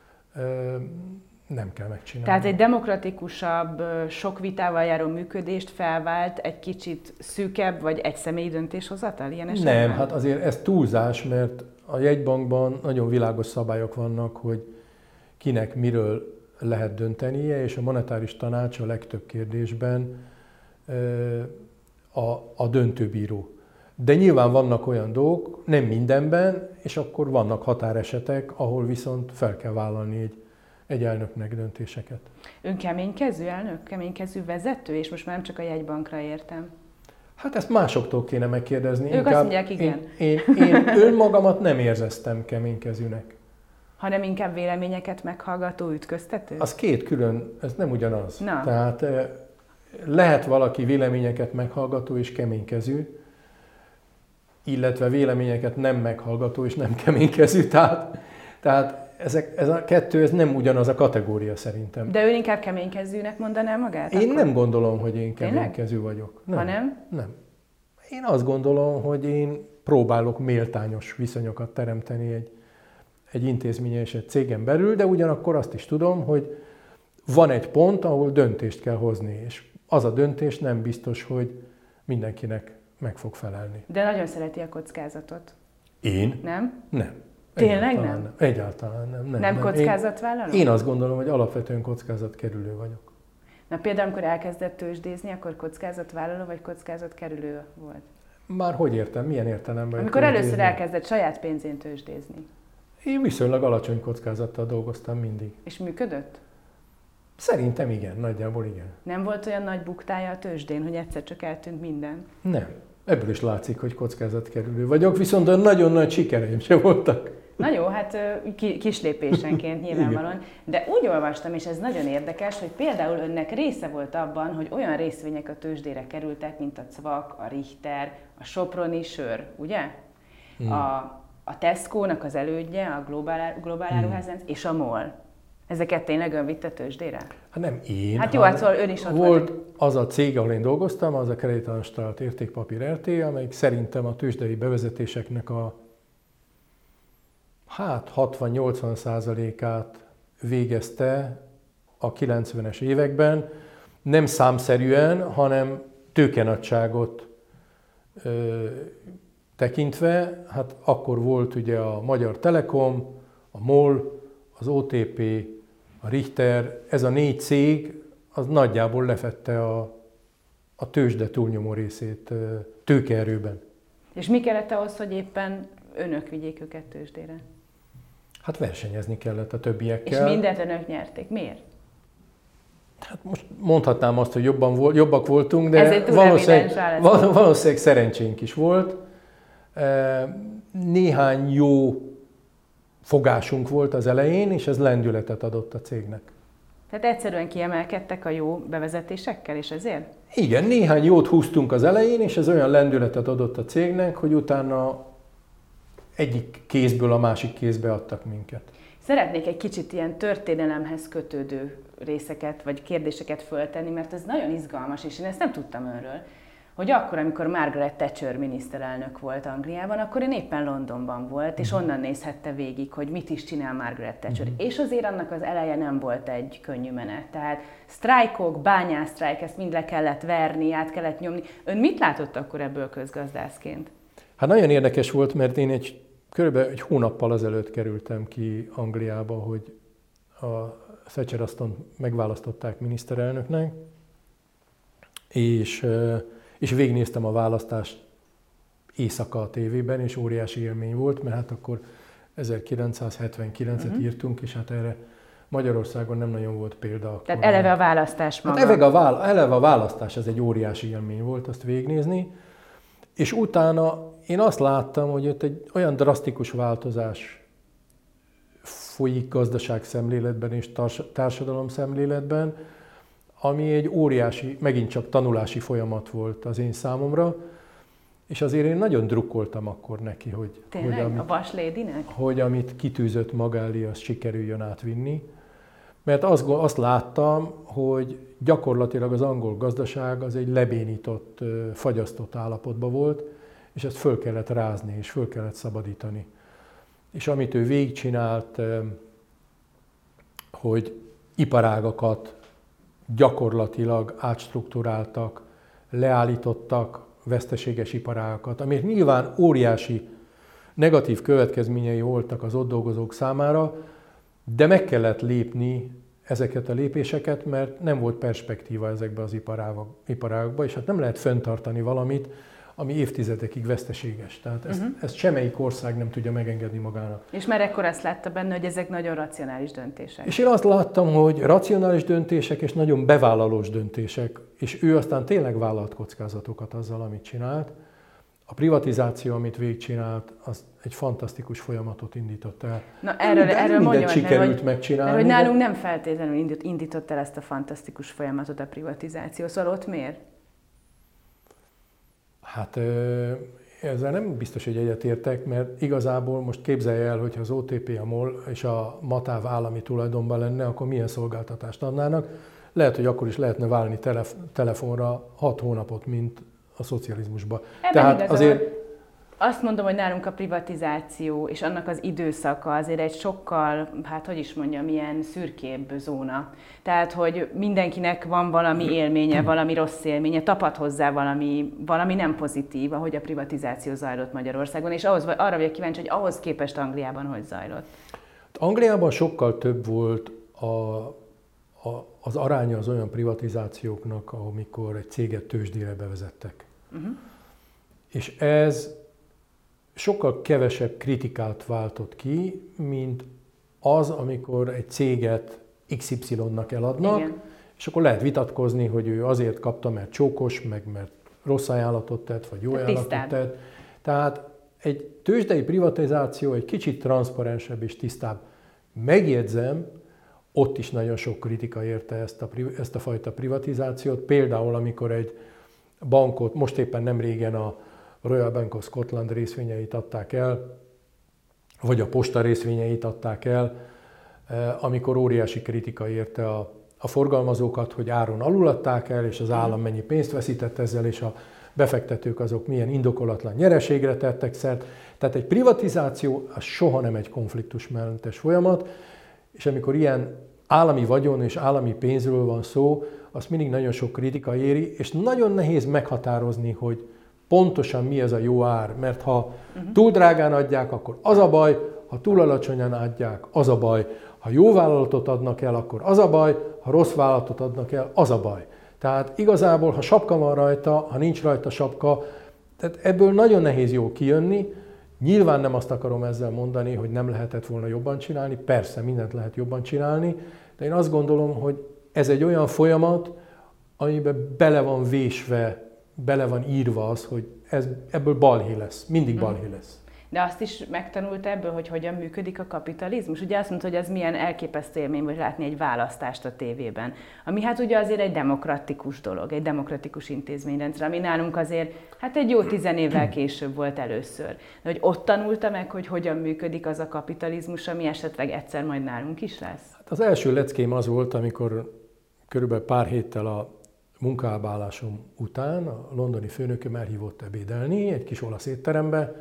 nem kell megcsinálni. Tehát egy demokratikusabb, sok vitával járó működést felvált egy kicsit szűkebb, vagy egy személyi döntéshozatal ilyen esetben? Nem, hát azért ez túlzás, mert a jegybankban nagyon világos szabályok vannak, hogy kinek miről lehet döntenie, és a monetáris tanács a legtöbb kérdésben a, a döntőbíró. De nyilván vannak olyan dolgok, nem mindenben, és akkor vannak határesetek, ahol viszont fel kell vállalni egy egy elnöknek döntéseket. Ön keménykezű elnök, keménykezű vezető, és most már nem csak a jegybankra értem. Hát ezt másoktól kéne megkérdezni. Ők Inkább azt mondják, igen. Én, én, én önmagamat nem érzeztem keménykezűnek. Hanem inkább véleményeket meghallgató, ütköztető? Az két külön, ez nem ugyanaz. Na. Tehát lehet valaki véleményeket meghallgató és keménykezű, illetve véleményeket nem meghallgató és nem keménykezű. Tehát, tehát ezek, ez a kettő ez nem ugyanaz a kategória szerintem. De ő inkább keménykezűnek mondaná magát? Én akkor? nem gondolom, hogy én keménykezű vagyok. Nem. Ha nem? Nem. Én azt gondolom, hogy én próbálok méltányos viszonyokat teremteni egy, egy intézményen és egy cégen belül, de ugyanakkor azt is tudom, hogy van egy pont, ahol döntést kell hozni, és az a döntés nem biztos, hogy mindenkinek meg fog felelni. De nagyon szereti a kockázatot. Én? Nem? Nem. Tényleg Egyáltalán nem? nem? Egyáltalán nem. Nem, Nem nem. kockázatvállaló? Én, én azt gondolom, hogy alapvetően kockázatkerülő vagyok. Na például, amikor elkezdett tőzsdézni, akkor kockázatvállaló vagy kockázatkerülő volt? Már hogy értem? Milyen értelemben? Amikor tőzsdézni? először elkezdett saját pénzén tőzsdézni. Én viszonylag alacsony kockázattal dolgoztam mindig. És működött? Szerintem igen, nagyjából igen. Nem volt olyan nagy buktája a tőzsdén, hogy egyszer csak eltűnt minden? Nem. Ebből is látszik, hogy kockázatkerülő vagyok, viszont olyan nagyon nagy sikereim se voltak. Na jó, hát ki, kislépésenként nyilvánvalóan. De úgy olvastam, és ez nagyon érdekes, hogy például önnek része volt abban, hogy olyan részvények a tőzsdére kerültek, mint a cé vé á ká, a Richter, a Soproni sör, ugye? Hmm. A, a Tesco-nak az elődje, a Globál, Globál hmm. Áruházlánc és a MOL. Ezeket tényleg ön vitte tőzsdére? Hát nem én. Hát jó, hát szóval ön is ott volt. volt. Az a cég, ahol én dolgoztam, az a Kreditanstalt Értékpapír er té, amelyik szerintem a tőzsdei bevezetéseknek a hát hatvan-nyolcvan százalékát végezte a kilencvenes években, nem számszerűen, hanem tőkenagyságot ö, tekintve. Hát akkor volt ugye a Magyar Telekom, a MOL, az o té pé, a Richter, ez a négy cég, az nagyjából lefette a, a tőzsde túlnyomó részét tőkeerőben. És mi kellett ahhoz, hogy éppen önök vigyék őket tőzsdére? Hát versenyezni kellett a többiekkel. És mindent önök nyerték. Miért? Hát most mondhatnám azt, hogy jobban volt, jobbak voltunk, de valószínűleg, valószínűleg szerencsénk is volt. Néhány jó fogásunk volt az elején, és ez lendületet adott a cégnek. Tehát egyszerűen kiemelkedtek a jó bevezetésekkel, és ezért? Igen, néhány jót húztunk az elején, és ez olyan lendületet adott a cégnek, hogy utána egyik kézből a másik kézbe adtak minket. Szeretnék egy kicsit ilyen történelemhez kötődő részeket, vagy kérdéseket föltenni, mert ez nagyon izgalmas, és én ezt nem tudtam önről, hogy akkor, amikor Margaret Thatcher miniszterelnök volt Angliában, akkor én éppen Londonban volt, és onnan nézhette végig, hogy mit is csinál Margaret Thatcher. Uh-huh. És azért annak az eleje nem volt egy könnyű menet. Tehát sztrájkok, bányásztrájk, ezt mind le kellett verni, át kellett nyomni. Ön mit látott akkor ebből közgazdászként? Hát nagyon érdekes volt, mert én egy körülbelül egy hónappal azelőtt kerültem ki Angliába, hogy a Thatcher Aston megválasztották miniszterelnöknek, és és végignéztem a választást éjszaka a tévében, és óriási élmény volt, mert hát akkor ezerkilencszázhetvenkilencet uh-huh. írtunk, és hát erre Magyarországon nem nagyon volt példa. Akkor. Tehát eleve a választás maga. Hát eleve a, vála- eleve a választás, ez egy óriási élmény volt, azt végignézni, és utána én azt láttam, hogy ott egy olyan drasztikus változás folyik gazdaság szemléletben és társadalom szemléletben, ami egy óriási, megint csak tanulási folyamat volt az én számomra, és azért én nagyon drukkoltam akkor neki, hogy, Tényleg? hogy, amit, a Vas Lady-nek? hogy amit kitűzött maga elé, azt sikerüljön átvinni. Mert azt, azt láttam, hogy gyakorlatilag az angol gazdaság az egy lebénított, fagyasztott állapotban volt, és ezt föl kellett rázni, és föl kellett szabadítani. És amit ő végigcsinált, hogy iparágakat gyakorlatilag átstruktúráltak, leállítottak veszteséges iparágakat, amik nyilván óriási negatív következményei voltak az ott dolgozók számára, de meg kellett lépni ezeket a lépéseket, mert nem volt perspektíva ezekbe az iparágakba, és hát nem lehet fenntartani valamit, ami évtizedekig veszteséges. Tehát ezt, uh-huh. ezt semmelyik ország nem tudja megengedni magának. És már ekkor azt látta benne, hogy ezek nagyon racionális döntések. És én azt láttam, hogy racionális döntések és nagyon bevállalós döntések, és ő aztán tényleg vállalt kockázatokat azzal, amit csinált. A privatizáció, amit végigcsinált, az egy fantasztikus folyamatot indított el. Na erről, nem, erről mindent mondja, sikerült mert, megcsinálni. Mert hogy nálunk de... nem feltétlenül indított el ezt a fantasztikus folyamatot a privatizáció. Szóval ott miért? Hát ezzel nem biztos, hogy egyetértek, mert igazából most képzelje el, hogyha az o té pé, a MOL és a MATÁV állami tulajdonban lenne, akkor milyen szolgáltatást adnának. Lehet, hogy akkor is lehetne válni telef- telefonra hat hónapot, mint a szocializmusban. Ebben Tehát igazán, azért... Azt mondom, hogy nálunk a privatizáció és annak az időszaka azért egy sokkal, hát hogy is mondjam, ilyen szürkébb zóna. Tehát, hogy mindenkinek van valami élménye, valami rossz élménye, tapad hozzá valami, valami nem pozitív, ahogy a privatizáció zajlott Magyarországon, és ahhoz, arra vagyok kíváncsi, hogy ahhoz képest Angliában hogy zajlott. Angliában sokkal több volt a, a, az aránya az olyan privatizációknak, amikor egy céget tőzsdére bevezettek. Uh-huh. És ez sokkal kevesebb kritikát váltott ki, mint az, amikor egy céget iksz ipszilonnak eladnak, igen. És akkor lehet vitatkozni, hogy ő azért kapta, mert csókos, meg mert rossz ajánlatot tett, vagy jó a ajánlatot tisztább. tett. Tehát egy tőzsdei privatizáció egy kicsit transzparensebb és tisztább. Megjegyzem, ott is nagyon sok kritika érte ezt a, ezt a fajta privatizációt. Például, amikor egy bankot, most éppen nem régen a Royal Bank of Scotland részvényeit adták el, vagy a posta részvényeit adták el, amikor óriási kritika érte a, a forgalmazókat, hogy áron aluladták el, és az állam mennyi pénzt veszített ezzel, és a befektetők azok milyen indokolatlan nyereségre tettek szert. Tehát egy privatizáció az soha nem egy konfliktusmentes folyamat, és amikor ilyen állami vagyon és állami pénzről van szó, azt mindig nagyon sok kritika éri, és nagyon nehéz meghatározni, hogy pontosan mi ez a jó ár, mert ha uh-huh. túl drágán adják, akkor az a baj, ha túl alacsonyan adják, az a baj. Ha jó vállalatot adnak el, akkor az a baj, ha rossz vállalatot adnak el, az a baj. Tehát igazából, ha sapka van rajta, ha nincs rajta sapka, tehát ebből nagyon nehéz jól kijönni. Nyilván nem azt akarom ezzel mondani, hogy nem lehetett volna jobban csinálni, persze mindent lehet jobban csinálni, de én azt gondolom, hogy ez egy olyan folyamat, amiben bele van vésve, bele van írva az, hogy ez, ebből balhé lesz, mindig balhé lesz. De azt is megtanult ebből, hogy hogyan működik a kapitalizmus. Ugye azt mondta, hogy ez milyen elképesztő élmény volt látni egy választást a tévében. Ami hát ugye azért egy demokratikus dolog, egy demokratikus intézményrendszer, ami nálunk azért hát egy jó tizen évvel később volt először. De hogy ott tanulta meg, hogy hogyan működik az a kapitalizmus, ami esetleg egyszer majd nálunk is lesz? Hát az első leckém az volt, amikor körülbelül pár héttel a munkaállásom után a londoni főnököm elhívott ebédelni egy kis olasz étterembe,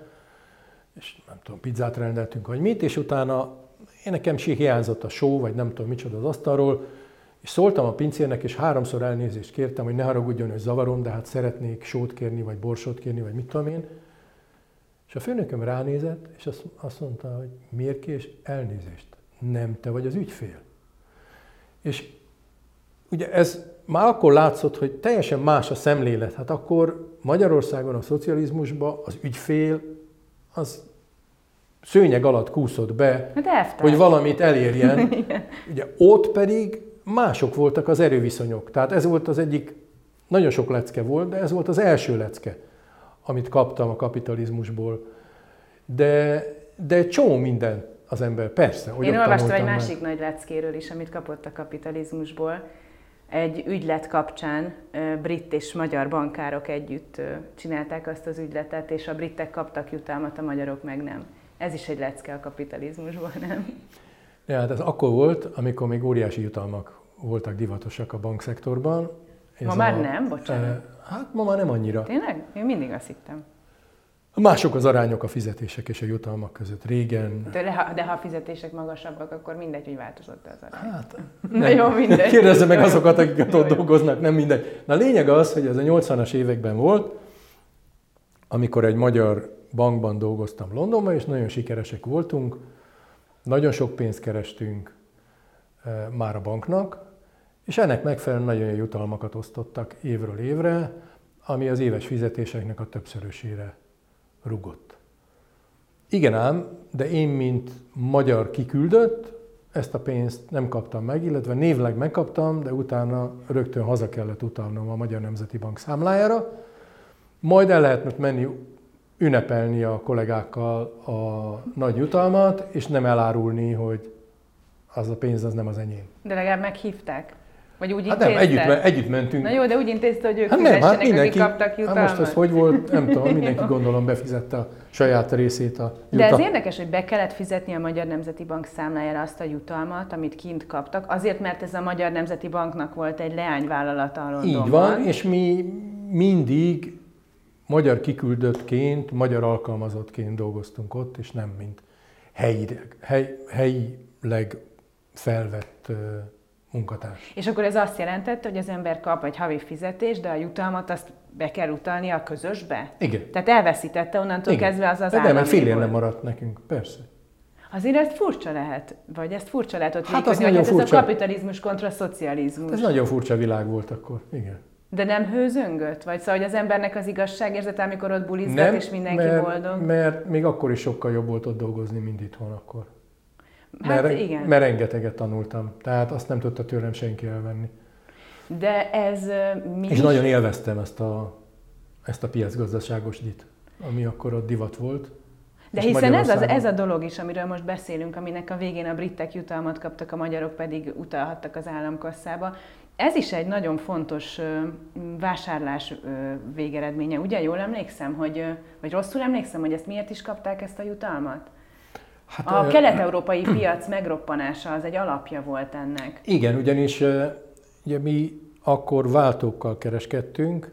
és nem tudom, pizzát rendeltünk, vagy mit, és utána én nekem hiányzott a só, vagy nem tudom micsoda az asztalról, és szóltam a pincérnek, és háromszor elnézést kértem, hogy ne haragudjon, hogy zavarom, de hát szeretnék sót kérni, vagy borsot kérni, vagy mit tudom én. És a főnököm ránézett, és azt mondta, hogy miért kérsz elnézést? Nem te vagy az ügyfél. És ugye ez már akkor látszott, hogy teljesen más a szemlélet. Hát akkor Magyarországon a szocializmusban az ügyfél az szőnyeg alatt kúszott be, hát hogy valamit elérjen. Ugye ott pedig mások voltak az erőviszonyok. Tehát ez volt az egyik, nagyon sok lecke volt, de ez volt az első lecke, amit kaptam a kapitalizmusból. De, de egy csomó minden az ember, persze. Hogy Én olvastam egy meg. másik nagy leckéről is, amit kapott a kapitalizmusból. Egy ügylet kapcsán brit és magyar bankárok együtt csinálták azt az ügyletet, és a britek kaptak jutalmat, a magyarok meg nem. Ez is egy lecke a kapitalizmusból, nem? Ja, hát ez akkor volt, amikor még óriási jutalmak voltak divatosak a bankszektorban. Ez ma már a, nem, bocsánat. Hát ma már nem annyira. Tényleg? Én mindig azt hittem. Mások az arányok a fizetések és a jutalmak között. Régen... De ha, de ha a fizetések magasabbak, akkor mindegy, hogy változott az arány. Hát, na jó, mindegy. Kérdezze meg azokat, akik ott dolgoznak, nem mindegy. Na a lényeg az, hogy ez a nyolcvanas években volt, amikor egy magyar bankban dolgoztam Londonban, és nagyon sikeresek voltunk. Nagyon sok pénzt kerestünk e, már a banknak, és ennek megfelelően nagyon jó jutalmakat osztottak évről évre. ami az éves fizetéseknek a többszörösére rugott. Igen ám, de én, mint magyar kiküldött, ezt a pénzt nem kaptam meg, illetve névleg megkaptam, de utána rögtön haza kellett utalnom a Magyar Nemzeti Bank számlájára. Majd el lehetett menni ünnepelni a kollégákkal a nagy jutalmat, és nem elárulni, hogy az a pénz az nem az enyém. De legalább meghívták? Vagy úgy hát nem, intézted? együtt, együtt mentünk. Na jó, de úgy intézte, hogy ők hát fizessenek, nem, hát mindenki, akik kaptak jutalmat. Hát most ez hogy volt, nem tudom, mindenki gondolom befizette a saját részét a jutalmat. De ez érdekes, hogy be kellett fizetni a Magyar Nemzeti Bank számlájára azt a jutalmat, amit kint kaptak, azért, mert ez a Magyar Nemzeti Banknak volt egy leányvállalata a Londonban. Így van, és mi mindig magyar kiküldöttként, magyar alkalmazottként dolgoztunk ott, és nem mint helyileg, hely, helyileg felvett uh, munkatárs. És akkor ez azt jelentette, hogy az ember kap egy havi fizetést, de a jutalmat azt be kell utalni a közösbe? Igen. Tehát elveszítette onnantól Igen. kezdve az az de állami nem, fél év volt. nem maradt nekünk, persze. Azért ez furcsa lehet, vagy ezt furcsa lehet ott hát működni, hogy hát ez furcsa. a kapitalizmus kontra a szocializmus. Ez nagyon furcsa világ volt akkor, igen. De nem hőzöngött? Vagy szóval, hogy az embernek az igazságérzete, amikor ott bulizgat, Nem, és mindenki mert, boldog? mert még akkor is sokkal jobb volt ott dolgozni, mint itthon akkor. Hát mert, igen. Mert rengeteget tanultam, tehát azt nem tudta tőlem senki elvenni. De ez mi És is? nagyon élveztem ezt a, ezt a piacgazdaságos dit, ami akkor ott divat volt. De és hiszen ez, az, Magyarországon- ez a dolog is, amiről most beszélünk, aminek a végén a britek jutalmat kaptak, a magyarok pedig utalhattak az államkasszába. Ez is egy nagyon fontos ö, vásárlás ö, végeredménye. Ugye jól emlékszem, hogy, ö, vagy rosszul emlékszem, hogy ezt miért is kapták ezt a jutalmat? Hát, A ö, kelet-európai piac megroppanása az egy alapja volt ennek. Igen, ugyanis ö, ugye mi akkor váltókkal kereskedtünk,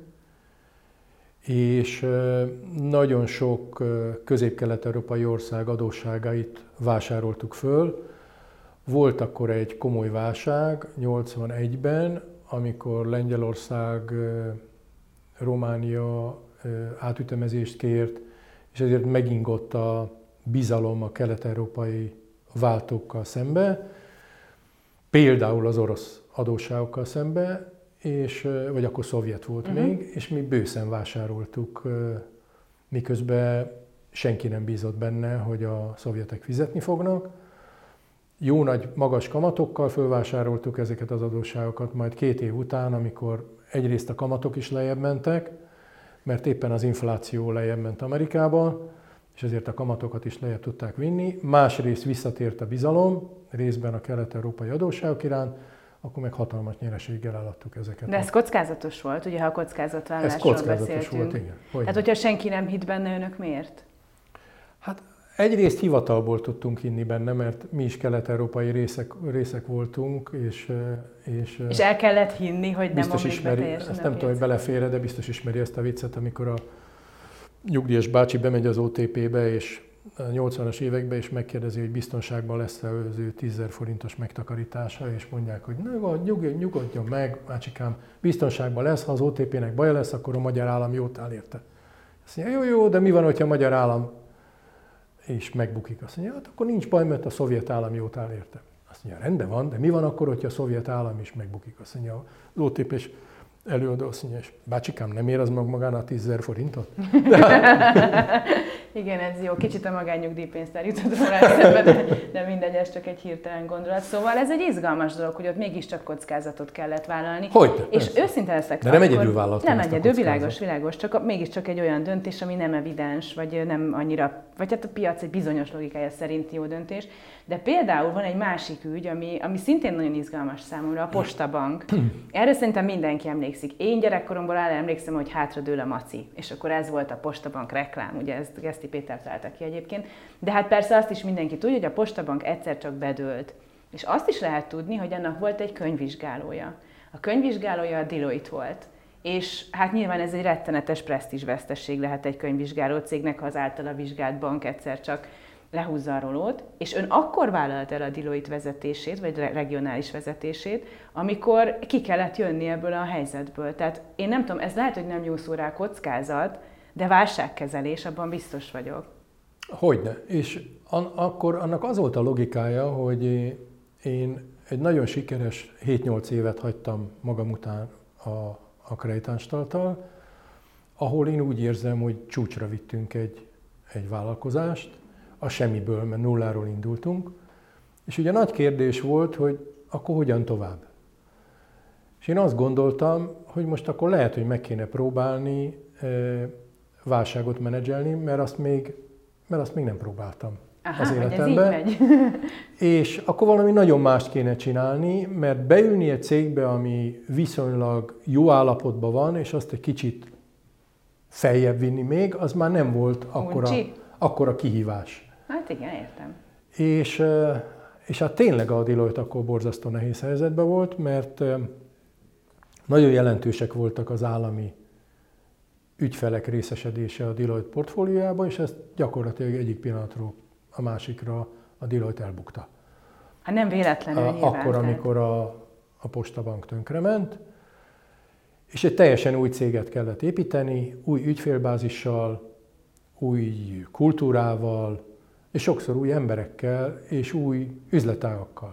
és ö, nagyon sok ö, közép-kelet-európai ország adósságait vásároltuk föl. Volt akkor egy komoly válság nyolcvanegyben, amikor Lengyelország, ö, Románia ö, átütemezést kért, és ezért megingott a bizalom a kelet-európai váltókkal szembe, például az orosz adósságokkal szembe, és, vagy akkor szovjet volt uh-huh. még, és mi bőszen vásároltuk, miközben senki nem bízott benne, hogy a szovjetek fizetni fognak. Jó nagy, magas kamatokkal fölvásároltuk ezeket az adósságokat, majd két év után, amikor egyrészt a kamatok is lejjebb mentek, mert éppen az infláció lejjebb ment Amerikába, és ezért a kamatokat is lejjebb tudták vinni. Másrészt visszatért a bizalom, részben a kelet-európai adósságok iránt, akkor meg hatalmas nyereséggel eladtuk ezeket. De ez kockázatos volt, ugye, ha a kockázatvállalásról Ez kockázatos beszéltünk. volt, igen. Hogy Hát, hogyha senki nem hitt benne, önök miért? Hát egyrészt hivatalból tudtunk hinni benne, mert mi is kelet-európai részek, részek voltunk, és, és... És el kellett hinni, hogy nem biztos omlik be ismeri, teljesen ezt a nem tudom, hogy piac. belefér, de biztos ismeri ezt a viccet, amikor a nyugdíjas bácsi bemegy az o té pé-be, és a nyolcvanas években is megkérdezi, hogy biztonságban lesz-e az ő tízezer forintos megtakarítása, és mondják, hogy nyugodjon, nyugodjon meg, bácsikám, biztonságban lesz, ha az o té pé-nek baja lesz, akkor a magyar állam jót áll érte. Azt mondja, jó, jó, de mi van, hogyha a magyar állam és megbukik? Azt mondja, hát akkor nincs baj, mert a szovjet állam jót áll érte. Azt mondja, rendben van, de mi van akkor, hogyha a szovjet állam is megbukik? Azt mondja, az o té pés előadó azt mondja, és bácsikám, nem ér az meg magának tízezer forintot? Igen, ez jó. Kicsit a magánnyugdíjpénztár jutott volna eszembe, de, de mindegy, ez csak egy hirtelen gondolat. Szóval ez egy izgalmas dolog, hogy ott mégiscsak kockázatot kellett vállalni. Hogyne, és persze. őszinte leszek. De nem akkor- egyedül vállaltam Nem ezt a egyedül, kockázatot. világos, világos. Csak a, mégiscsak egy olyan döntés, ami nem evidens, vagy nem annyira, vagy hát a piac egy bizonyos logikája szerint jó döntés. De például van egy másik ügy, ami, ami szintén nagyon izgalmas számomra, a Postabank. Erre szerintem mindenki emlékszik. Én gyerekkoromból áll emlékszem, hogy hátradől a maci. És akkor ez volt a Postabank reklám, ugye ezt Geszti Péter találta ki egyébként. De hát persze azt is mindenki tudja, hogy a Postabank egyszer csak bedőlt. És azt is lehet tudni, hogy annak volt egy könyvvizsgálója. A könyvvizsgálója a Deloitte volt. És hát nyilván ez egy rettenetes presztízsvesztesség lehet egy könyvvizsgáló cégnek, ha az általa vizsgált bank egyszer csak lehúzza a rolót, és ön akkor vállalt el a Deloitte vezetését, vagy regionális vezetését, amikor ki kellett jönni ebből a helyzetből. Tehát én nem tudom, ez lehet, hogy nem jó szó rá kockázat, de válságkezelés, abban biztos vagyok. Hogyne. És an- akkor annak az volt a logikája, hogy én egy nagyon sikeres hét-nyolc évet hagytam magam után a, a kreditánstalttal, ahol én úgy érzem, hogy csúcsra vittünk egy, egy vállalkozást, a semmiből, mert nulláról indultunk, és ugye nagy kérdés volt, hogy akkor hogyan tovább. És én azt gondoltam, hogy most akkor lehet, hogy meg kéne próbálni e, válságot menedzselni, mert azt még, mert azt még nem próbáltam. Aha, az életemben. Hogy ez így megy. És akkor valami nagyon mást kéne csinálni, mert beülni egy cégbe, ami viszonylag jó állapotban van, és azt egy kicsit feljebb vinni még, az már nem volt akkora, akkora kihívás. Hát igen, értem. És, és hát tényleg a Deloitte akkor borzasztó nehéz helyzetben volt, mert nagyon jelentősek voltak az állami ügyfelek részesedése a Deloitte portfóliójában, és ezt gyakorlatilag egyik pillanatról a másikra a Deloitte elbukta. Hát nem véletlenül a, nyilván. Akkor, amikor a, a Postabank tönkrement, és egy teljesen új céget kellett építeni, új ügyfélbázissal, új kultúrával, és sokszor új emberekkel, és új üzletágakkal.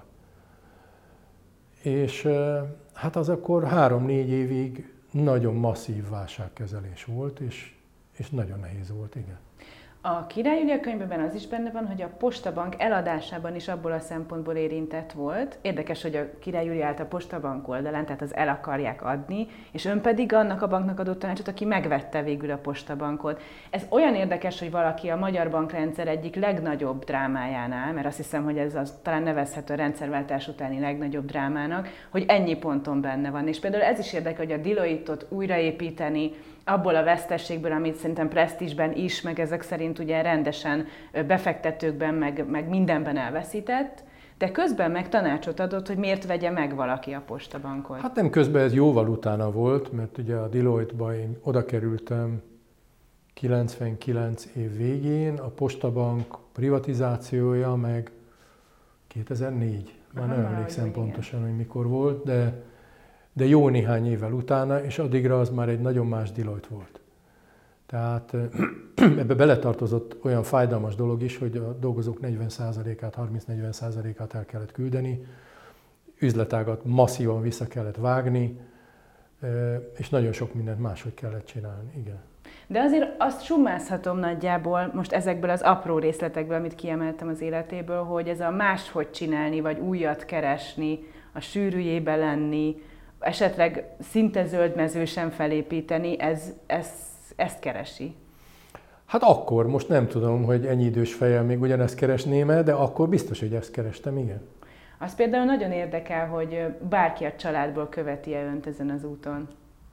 És hát az akkor három-négy évig nagyon masszív válságkezelés volt, és, és nagyon nehéz volt, igen. A Király Júlia könyvben az is benne van, hogy a Postabank eladásában is abból a szempontból érintett volt. Érdekes, hogy a Király Júlia állt a Postabank oldalán, tehát az el akarják adni, és ön pedig annak a banknak adott tanácsot, aki megvette végül a Postabankot. Ez olyan érdekes, hogy valaki a magyar bankrendszer egyik legnagyobb drámájánál, mert azt hiszem, hogy ez az, talán nevezhető a rendszerváltás utáni legnagyobb drámának, hogy ennyi ponton benne van. És például ez is érdekel, hogy a Deloitte-ot újraépíteni, abból a veszteségből, amit szerintem presztízsben is, meg ezek szerint ugye rendesen befektetőkben, meg, meg mindenben elveszített, de közben meg tanácsot adott, hogy miért vegye meg valaki a Postabankot. Hát nem közben, ez jóval utána volt, mert ugye a Deloitte-ba én oda kerültem kilencvenkilenc év végén, a Postabank privatizációja meg kétezer-négy. Már nem emlékszem pontosan, hogy mikor volt, de de jó néhány évvel utána, és addigra az már egy nagyon más Deloitte volt. Tehát ebbe beletartozott olyan fájdalmas dolog is, hogy a dolgozók negyven százalékát, harminc-negyven százalékát el kellett küldeni, üzletágat masszívan vissza kellett vágni, és nagyon sok mindent máshogy kellett csinálni, igen. De azért azt summázhatom nagyjából, most ezekből az apró részletekből, amit kiemeltem az életéből, hogy ez a máshogy csinálni, vagy újat keresni, a sűrűjébe lenni, esetleg szinte zöldmezősen felépíteni, ez, ez, ezt keresi? Hát akkor, most nem tudom, hogy ennyi idős fejjel még ugyanezt keresném-e, de akkor biztos, hogy ezt kerestem, igen. Az például nagyon érdekel, hogy bárki a családból követi-e önt ezen az úton?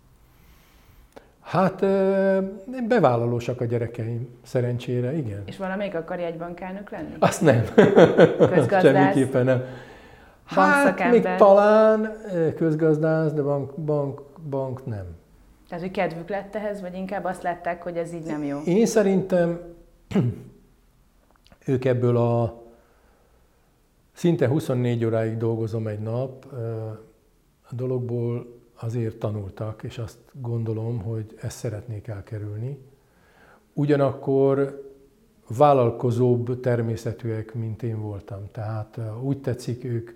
Hát bevállalósak a gyerekeim, szerencsére, igen. És valamelyik akar jegybankelnök lenni? Azt nem. Közgazdász? Semmiképpen nem. Hát még talán közgazdász, de bank, bank, bank nem. Tehát, hogy kedvük lett ehhez, vagy inkább azt látták, hogy ez így nem jó? Én szerintem ők ebből a szinte huszonnégy óráig dolgozom egy nap, a dologból azért tanultak, és azt gondolom, hogy ezt szeretnék elkerülni. Ugyanakkor vállalkozóbb természetűek, mint én voltam. Tehát úgy tetszik, ők,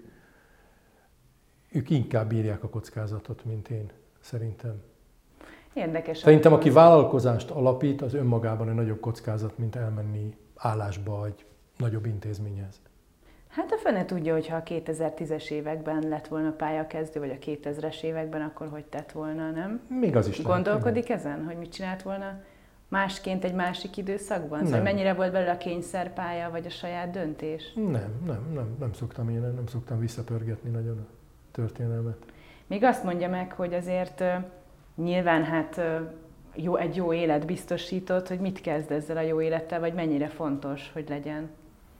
ők inkább bírják a kockázatot, mint én, szerintem. Érdekes. Szerintem, aki vállalkozást alapít, az önmagában egy nagyobb kockázat, mint elmenni állásba egy nagyobb intézményhez. Hát a fene tudja, hogyha a kétezer-tízes években lett volna pályakezdő, vagy a kétezres években, akkor hogy tett volna, nem? Még az is Gondolkodik lehet, ezen, hogy mit csinált volna másként egy másik időszakban? Szóval mennyire volt belőle a kényszerpálya, vagy a saját döntés? Nem, nem, nem, nem szoktam én, nem szoktam visszapörgetni nagyon a történelmet. Még azt mondja meg, hogy azért uh, nyilván hát uh, jó, egy jó élet biztosított, hogy mit kezd ezzel a jó élettel, vagy mennyire fontos, hogy legyen?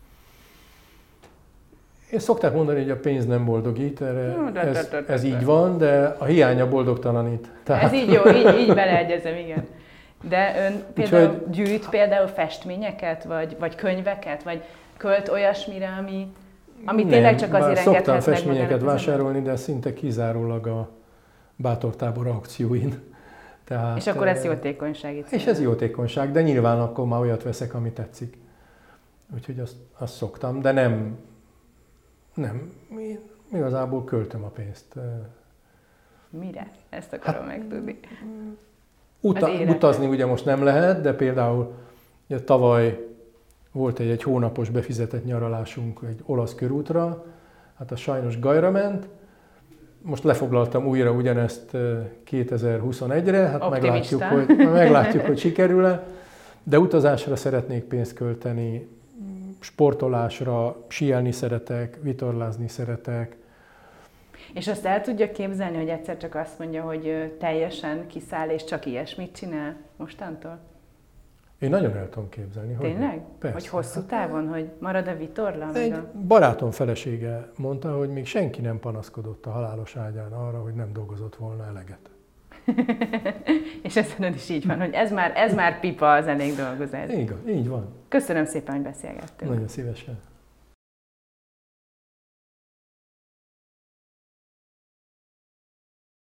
Én szokták mondani, hogy a pénz nem boldogít, erre ez, ez így van, de a hiánya boldogtalanít. Tehát... Ez így jó, így, így beleegyezem, igen. De ön például Úgyhogy... gyűjt például festményeket, vagy, vagy könyveket, vagy költ olyasmire, ami, ami nem, tényleg csak azért engedhet meg. Szoktam festményeket vásárolni, de szinte kizárólag a bátortábor aukcióin. Tehát, és akkor ez jótékonysági cél. És ez jótékonyság, de nyilván akkor már olyat veszek, ami tetszik. Úgyhogy azt, azt szoktam, de nem, nem, én igazából költöm a pénzt. Mire? Ezt akarom hát, megtudni. Uta, utazni ugye most nem lehet, de például ugye, tavaly volt egy, egy hónapos befizetett nyaralásunk egy olasz körútra, hát az sajnos gajra ment. Most lefoglaltam újra ugyanezt kétezer-huszonegyre, hát meglátjuk hogy, meglátjuk, hogy sikerül-e, de utazásra szeretnék pénzt költeni, sportolásra, síelni szeretek, vitorlázni szeretek. És azt el tudja képzelni, hogy egyszer csak azt mondja, hogy teljesen kiszáll, és csak ilyesmit csinál mostantól? Én nagyon el tudom képzelni. Tényleg? Hogy, hogy hosszú távon, hogy marad a vitorla? Egy a... barátom felesége mondta, hogy még senki nem panaszkodott a halálos ágyán arra, hogy nem dolgozott volna eleget. És ez is így van, hogy ez már, ez már pipa, az elég dolgozás. Így, így van. Köszönöm szépen, hogy beszélgettünk. Nagyon szívesen.